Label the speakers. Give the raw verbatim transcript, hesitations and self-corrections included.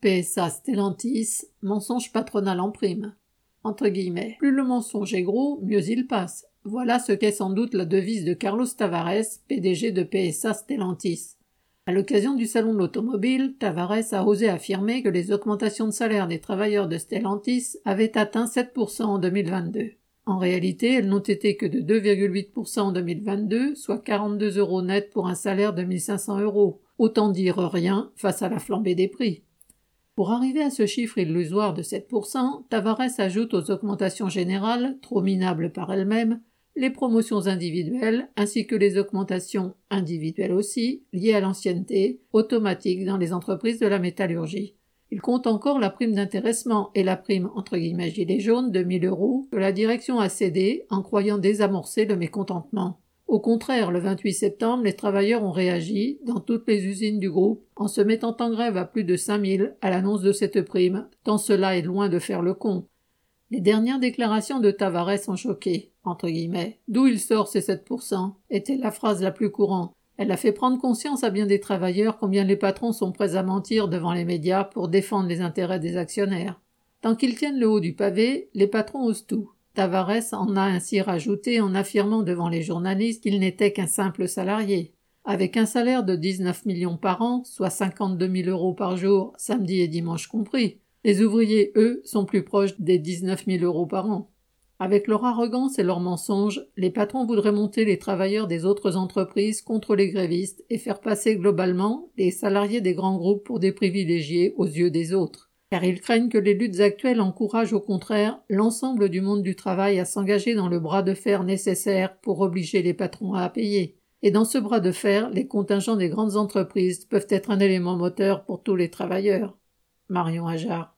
Speaker 1: P S A Stellantis, mensonge patronal en prime. Entre guillemets, plus le mensonge est gros, mieux il passe. Voilà ce qu'est sans doute la devise de Carlos Tavares, P D G de P S A Stellantis. À l'occasion du salon de l'automobile, Tavares a osé affirmer que les augmentations de salaire des travailleurs de Stellantis avaient atteint sept pour cent en deux mille vingt-deux. En réalité, elles n'ont été que de deux virgule huit pour cent en deux mille vingt-deux, soit quarante-deux euros net pour un salaire de mille cinq cents euros. Autant dire rien face à la flambée des prix. Pour arriver à ce chiffre illusoire de sept pour cent, Tavares ajoute aux augmentations générales, trop minables par elles-mêmes, les promotions individuelles ainsi que les augmentations individuelles aussi, liées à l'ancienneté, automatiques dans les entreprises de la métallurgie. Il compte encore la prime d'intéressement et la prime entre guillemets gilet jaune de mille euros que la direction a cédé en croyant désamorcer le mécontentement. Au contraire, le vingt-huit septembre, les travailleurs ont réagi, dans toutes les usines du groupe, en se mettant en grève à plus de cinq mille à l'annonce de cette prime, tant cela est loin de faire le con. Les dernières déclarations de Tavares ont choqué, entre guillemets. D'où il sort ces sept pour cent était la phrase la plus courante. Elle a fait prendre conscience à bien des travailleurs combien les patrons sont prêts à mentir devant les médias pour défendre les intérêts des actionnaires. Tant qu'ils tiennent le haut du pavé, les patrons osent tout. Tavares en a ainsi rajouté en affirmant devant les journalistes qu'il n'était qu'un simple salarié. Avec un salaire de dix-neuf millions par an, soit cinquante-deux mille euros par jour, samedi et dimanche compris, les ouvriers, eux, sont plus proches des dix-neuf mille euros par an. Avec leur arrogance et leurs mensonges, les patrons voudraient monter les travailleurs des autres entreprises contre les grévistes et faire passer globalement les salariés des grands groupes pour des privilégiés aux yeux des autres. Car ils craignent que les luttes actuelles encouragent au contraire l'ensemble du monde du travail à s'engager dans le bras de fer nécessaire pour obliger les patrons à payer. Et dans ce bras de fer, les contingents des grandes entreprises peuvent être un élément moteur pour tous les travailleurs. Marion Ajard.